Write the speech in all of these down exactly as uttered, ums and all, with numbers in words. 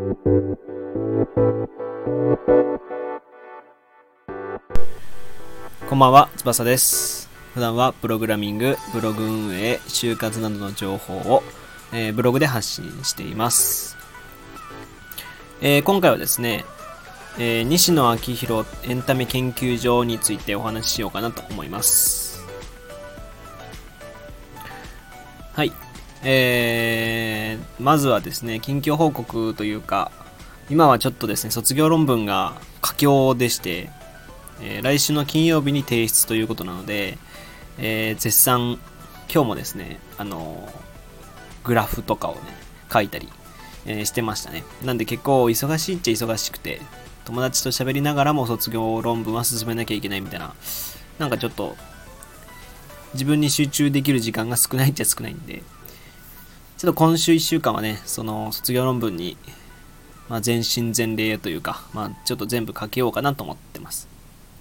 こんばんは、翼です。普段はプログラミング、ブログ運営、就活などの情報を、えー、ブログで発信しています。えー、今回はですね、えー、西野昭弘エンタメ研究所についてお話ししようかなと思います。はい、えー、まずはですね、近況報告というか、今はちょっとですね、卒業論文が佳境でして、えー、来週の金曜日に提出ということなので、えー、絶賛今日もですね、あのー、グラフとかをね書いたり、えー、してましたね。なんで結構忙しいっちゃ忙しくて、友達と喋りながらも卒業論文は進めなきゃいけないみたいな、なんかちょっと自分に集中できる時間が少ないっちゃ少ないんで、ちょっと今週いっしゅうかんはね、その卒業論文に、まあ、全身全霊というか、まあ、ちょっと全部書けようかなと思ってます。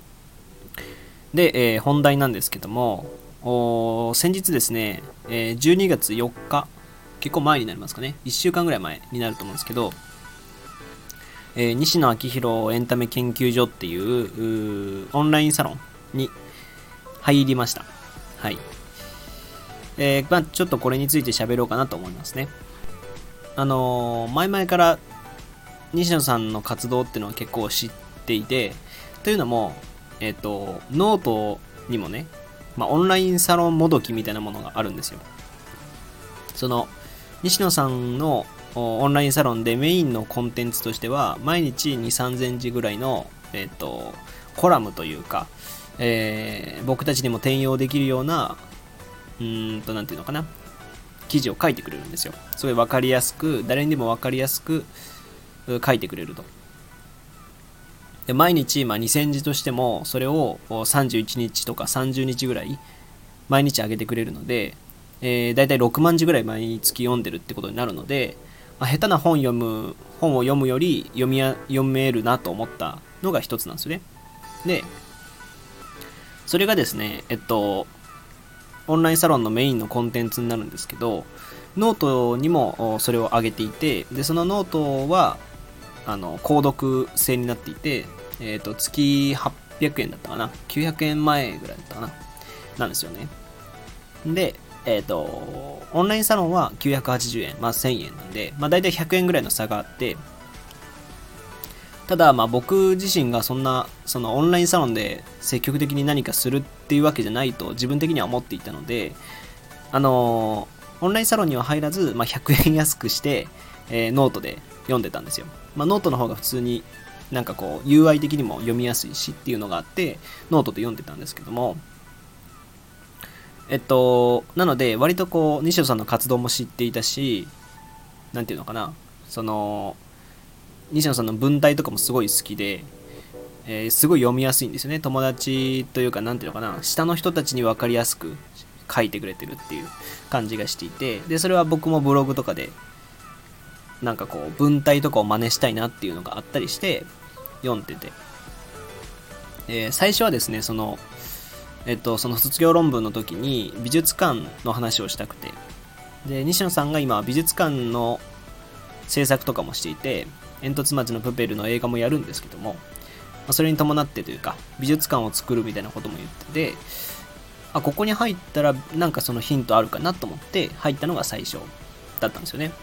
で、えー、本題なんですけども、先日ですね、えー、じゅうにがつよっか、結構前になりますかね、いっしゅうかんぐらい前になると思うんですけど、えー、西野昭弘エンタメ研究所っていう、うオンラインサロンに入りました。はい。えー、まあちょっとこれについて喋ろうかなと思いますね。あのー、前々から西野さんの活動っていうのは結構知っていて、というのも、えっと、ノートにもね、まあ、オンラインサロンもどきみたいなものがあるんですよ。その、西野さんのオンラインサロンでメインのコンテンツとしては、毎日に、さんぜんじぐらいの、えっと、コラムというか、えー、僕たちにも転用できるような、うーんと、なんていうのかな、記事を書いてくれるんですよ。すごいわかりやすく、誰にでもわかりやすく書いてくれると。で毎日、まあ、にせんじとしてもそれをさんじゅういちにちとかさんじゅうにちぐらい毎日上げてくれるので、えー、だいたいろくまんじぐらい毎月読んでるってことになるので、まあ、下手な本読む本を読むより読みや読めるなと思ったのが一つなんですよね。でそれがですね、えっとオンラインサロンのメインのコンテンツになるんですけど、ノートにもそれを上げていて、でそのノートはあの購読制になっていて、えー、と月はっぴゃくえんだったかな、きゅうひゃくえんまえぐらいだったかな、なんですよね。で、えっ、ー、とオンラインサロンはきゅうひゃくはちじゅうえん、まあせんえんなんで、まあ大体ひゃくえんぐらいの差があって、ただまあ僕自身がそんなそのオンラインサロンで積極的に何かするっていうわけじゃないと自分的には思っていたので、あのー、オンラインサロンには入らず、まあ、ひゃくえん安くして、えー、ノートで読んでたんですよ。まあ、ノートの方が普通になんかこう ユーアイ 的にも読みやすいしっていうのがあってノートで読んでたんですけども、えっとなので割とこう西野さんの活動も知っていたし、なんていうのかな、その西野さんの文体とかもすごい好きで、えー、すごい読みやすいんですよね。友達というか、なんていうのかな、下の人たちに分かりやすく書いてくれてるっていう感じがしていて、でそれは僕もブログとかでなんかこう文体とかを真似したいなっていうのがあったりして読んでて、えー、最初はですね、そのえっとその卒業論文の時に美術館の話をしたくて、で西野さんが今美術館の制作とかもしていて、煙突町のプペルの映画もやるんですけども、それに伴ってというか美術館を作るみたいなことも言ってて、あ、ここに入ったらなんかそのヒントあるかなと思って入ったのが最初だったんですよね。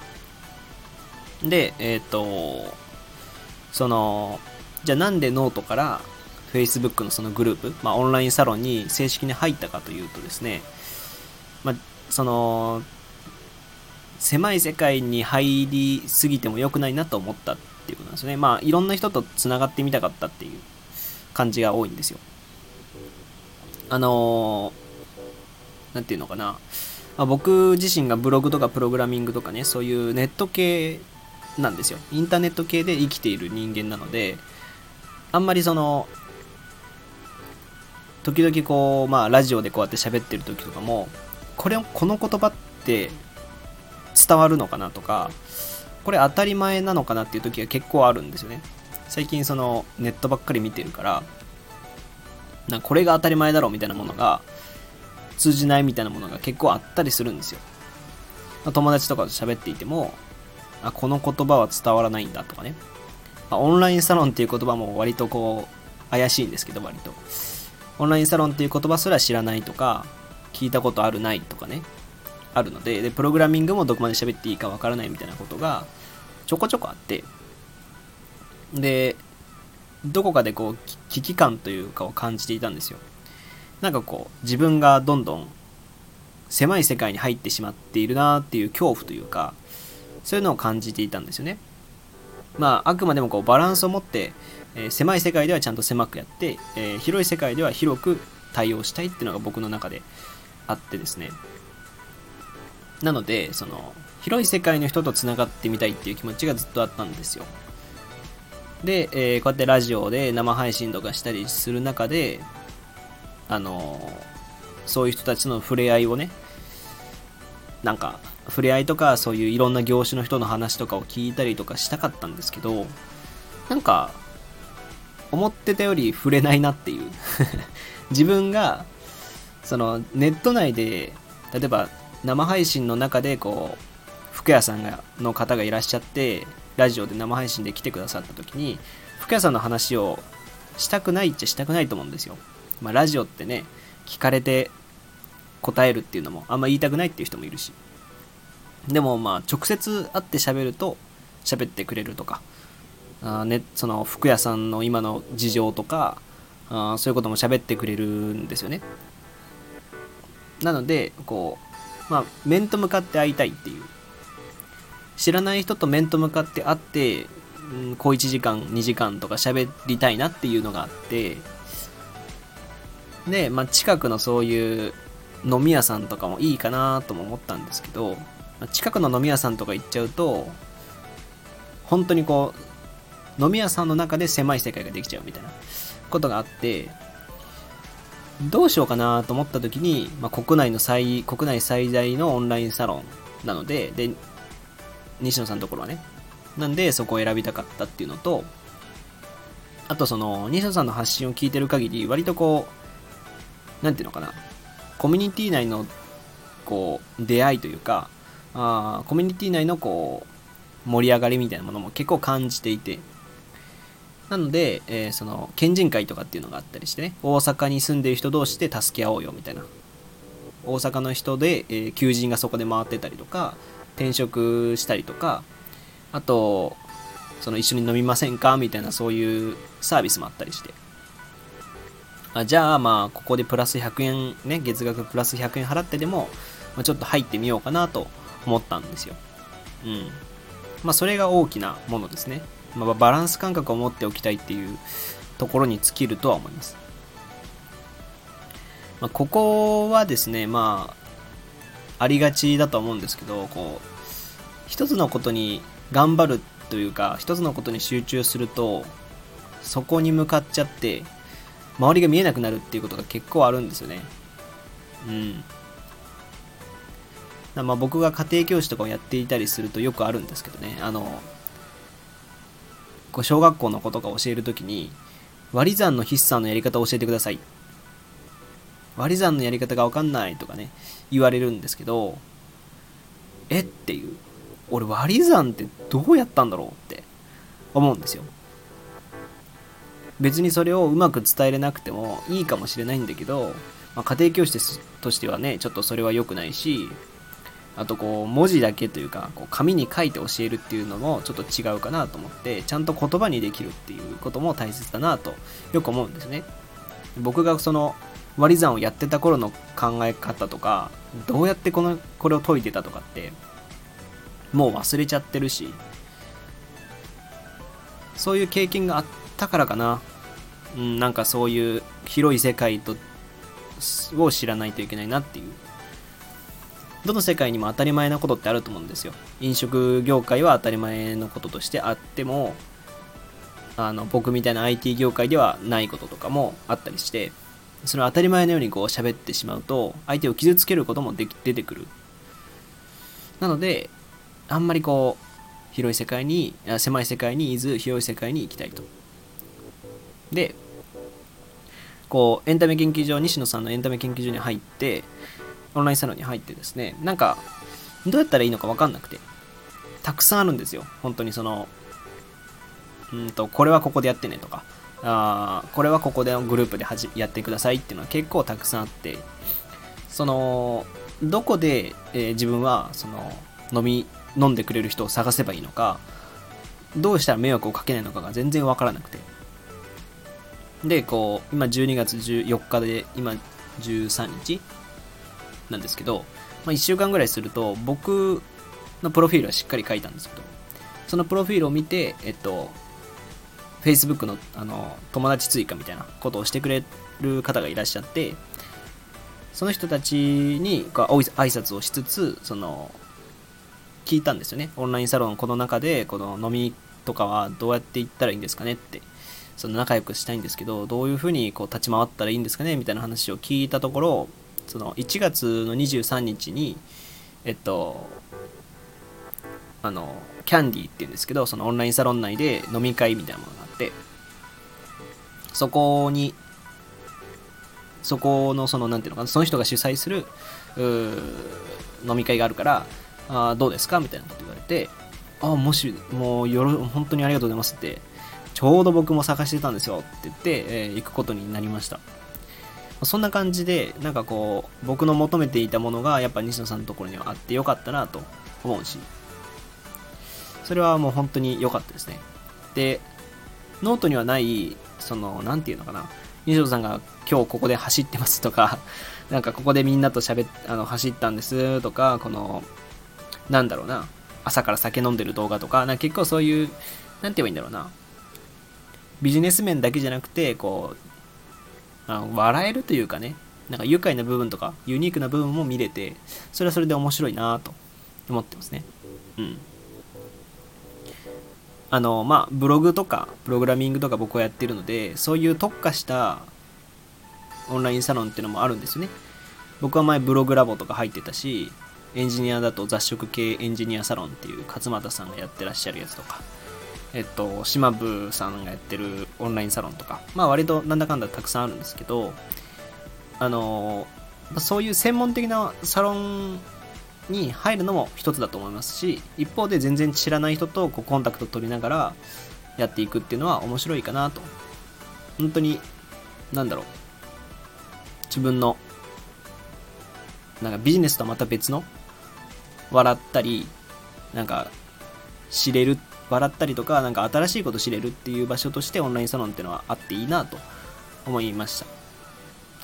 で、えっと、その、じゃあなんでノートから Facebook のそのグループ、まあオンラインサロンに正式に入ったかというとですね、まあ、その、狭い世界に入りすぎても良くないなと思ったっていうことなんですよね。まあいろんな人とつながってみたかったっていう感じが多いんですよ。あのー、なんていうのかな、まあ、僕自身がブログとかプログラミングとかね、そういうネット系なんですよ。インターネット系で生きている人間なので、あんまりその時々こうまあラジオでこうやって喋ってる時とかも、これこの言葉って伝わるのかなとか、これ当たり前なのかなっていう時が結構あるんですよね。最近そのネットばっかり見てるから、なんかこれが当たり前だろうみたいなものが通じないみたいなものが結構あったりするんですよ。友達とかと喋っていても、 あ、この言葉は伝わらないんだとかね、まあ、オンラインサロンっていう言葉も割とこう怪しいんですけど、割とオンラインサロンっていう言葉すら知らないとか、聞いたことあるないとかね、あるので、でプログラミングもどこまで喋っていいかわからないみたいなことがちょこちょこあって、でどこかでこう危機感というかを感じていたんですよ。なんかこう自分がどんどん狭い世界に入ってしまっているなっていう恐怖というか、そういうのを感じていたんですよね。まああくまでもこうバランスを持って、えー、狭い世界ではちゃんと狭くやって、えー、広い世界では広く対応したいっていうのが僕の中であってですね。なのでその広い世界の人とつながってみたいっていう気持ちがずっとあったんですよ。で、えー、こうやってラジオで生配信とかしたりする中で、あのーそういう人たちの触れ合いをね、なんか触れ合いとかそういういろんな業種の人の話とかを聞いたりとかしたかったんですけど、なんか思ってたより触れないなっていう自分がそのネット内で例えば生配信の中でこう服屋さんがの方がいらっしゃってラジオで生配信で来てくださった時に、服屋さんの話をしたくないっちゃしたくないと思うんですよ。まあラジオってね、聞かれて答えるっていうのもあんま言いたくないっていう人もいるし、でもまあ直接会って喋ると喋ってくれるとか、あ、ね、その服屋さんの今の事情とか、あ、そういうことも喋ってくれるんですよね。なのでこう、まあ、面と向かって会いたいっていう、知らない人と面と向かって会って、うん、こういちじかんにじかんとか喋りたいなっていうのがあって、で、まあ、近くのそういう飲み屋さんとかもいいかなとも思ったんですけど、近くの飲み屋さんとか行っちゃうと本当にこう飲み屋さんの中で狭い世界ができちゃうみたいなことがあって、どうしようかなと思った時に、まあ、国内の最国内最大のオンラインサロンなので、で西野さんのところはね、なんでそこを選びたかったっていうのと、あとその西野さんの発信を聞いてる限り割とこうなんていうのかな、コミュニティ内のこう出会いというか、あコミュニティ内のこう盛り上がりみたいなものも結構感じていて、なので、えー、その県人会とかっていうのがあったりしてね、大阪に住んでいる人同士で助け合おうよみたいな、大阪の人で、えー、求人がそこで回ってたりとか、転職したりとか、あとその一緒に飲みませんかみたいな、そういうサービスもあったりして、あじゃあまあここでプラスひゃくえんね、月額プラスひゃくえん払ってでも、まあ、ちょっと入ってみようかなと思ったんですよ。うん。まあそれが大きなものですね。まあ、バランス感覚を持っておきたいっていうところに尽きるとは思います。まあ、ここはですね、まあありがちだと思うんですけど、こう一つのことに頑張るというか、一つのことに集中するとそこに向かっちゃって周りが見えなくなるっていうことが結構あるんですよね。うん。まあ僕が家庭教師とかをやっていたりするとよくあるんですけどね、あのこう小学校の子とか教えるときに割り算の筆算のやり方を教えてください、割り算のやり方が分かんないとかね言われるんですけど、えっていう、俺割り算ってどうやったんだろうって思うんですよ。別にそれをうまく伝えれなくてもいいかもしれないんだけど、まあ、家庭教師としてはねちょっとそれは良くないし、あとこう文字だけというかこう紙に書いて教えるっていうのもちょっと違うかなと思って、ちゃんと言葉にできるっていうことも大切だなとよく思うんですね。僕がその割り算をやってた頃の考え方とか、どうやってこのこれを解いてたとかってもう忘れちゃってるし、そういう経験があったからかな、うん、なんかそういう広い世界とを知らないといけないなっていう。どの世界にも当たり前なことってあると思うんですよ。飲食業界は当たり前のこととしてあっても、あの僕みたいな アイティー 業界ではないこととかもあったりして、それを当たり前のようにこう喋ってしまうと相手を傷つけることもでき出てくる。なのであんまりこう広い世界に狭い世界にいず広い世界に行きたいと。でこうエンタメ研究所、西野さんのエンタメ研究所に入って、オンラインサロンに入ってですね、なんかどうやったらいいのか分かんなくて、 たくさんあるんですよ。本当にその、うんと、これはここでやってねとか、あこれはここでのグループではじやってくださいっていうのは結構たくさんあって、その、どこで、えー自分はその飲み、飲んでくれる人を探せばいいのか、どうしたら迷惑をかけないのかが全然わからなくて。で、こう、今じゅうにがつじゅうよっかで、今じゅうさんにちなんですけど、まあ、いっしゅうかんぐらいすると、僕のプロフィールはしっかり書いたんですけど、そのプロフィールを見て、えっと、Facebook の、あの友達追加みたいなことをしてくれる方がいらっしゃって、その人たちにこう挨拶をしつつ、その聞いたんですよね。オンラインサロンこの中でこの飲みとかはどうやって行ったらいいんですかねって、その仲良くしたいんですけど、どういうふうにこう立ち回ったらいいんですかねみたいな話を聞いたところ、そのいちがつのにじゅうさんにちにえっとあのキャンディーっていうんですけど、そのオンラインサロン内で飲み会みたいなものがあって、そこにそこのそのなんていうのかな、その人が主催する飲み会があるから、あどうですかみたいなこと言われて、あもしもうよろ本当にありがとうございますって、ちょうど僕も探してたんですよって言って、えー行くことになりました。そんな感じで、なんかこう僕の求めていたものがやっぱ西野さんのところにはあってよかったなと思うし、それはもう本当に良かったですね。で、ノートにはない、その、なんていうのかな、西野さんが今日ここで走ってますとか、なんかここでみんなと喋っ、あの、走ったんですとか、この、なんだろうな、朝から酒飲んでる動画とか、なんか結構そういう、なんて言えばいいんだろうな、ビジネス面だけじゃなくて、こう、あの笑えるというかね、なんか愉快な部分とか、ユニークな部分も見れて、それはそれで面白いなと思ってますね。うん。あのまあブログとかプログラミングとか僕はやってるので、そういう特化したオンラインサロンっていうのもあるんですよね。僕は前ブログラボとか入ってたし、エンジニアだと雑食系エンジニアサロンっていう勝俣さんがやってらっしゃるやつとか、えっと島部さんがやってるオンラインサロンとか、まあ割となんだかんだたくさんあるんですけど、あのそういう専門的なサロンに入るのも一つだと思いますし、一方で全然知らない人とこうコンタクト取りながらやっていくっていうのは面白いかなと。本当になんだろう、自分のなんかビジネスとはまた別の笑ったり、なんか知れる、笑ったりとか、なんか新しいこと知れるっていう場所としてオンラインサロンっていうのはあっていいなと思いました。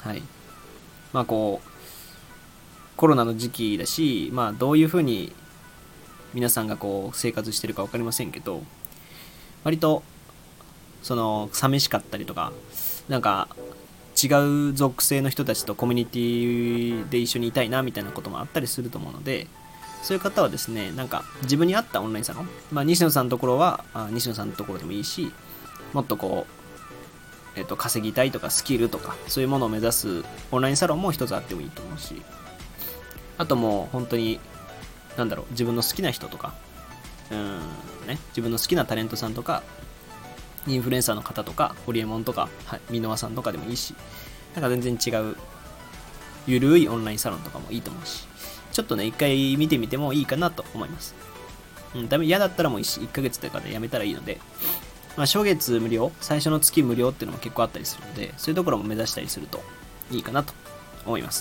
はい。まあこうコロナの時期だし、まあどういう風に皆さんがこう生活してるか分かりませんけど、割とその寂しかったりとか、なんか違う属性の人たちとコミュニティで一緒にいたいなみたいなこともあったりすると思うので、そういう方はですね、なんか自分に合ったオンラインサロン、まあ西野さんのところはあ西野さんのところでもいいし、もっとこう、えっと稼ぎたいとかスキルとかそういうものを目指すオンラインサロンも一つあってもいいと思うし、あともう本当になんだろう、自分の好きな人とか、うーんね、自分の好きなタレントさんとかインフルエンサーの方とかホリエモンとか箕輪さんとかでもいいし、なんか全然違うゆるいオンラインサロンとかもいいと思うし、ちょっとね一回見てみてもいいかなと思います。うん、ダメ嫌だったらもう 1, いっかげつとかでやめたらいいので、まあ、初月無料、最初の月無料っていうのも結構あったりするので、そういうところも目指したりするといいかなと思います。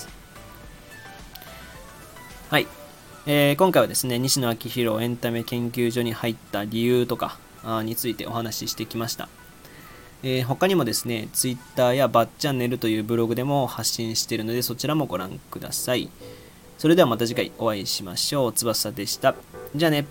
はい、えー、今回はですね、西野昭弘エンタメ研究所に入った理由とかについてお話ししてきました。えー、他にもですね、Twitter やバッチャンネルというブログでも発信しているので、そちらもご覧ください。それではまた次回お会いしましょう。翼でした。じゃあね。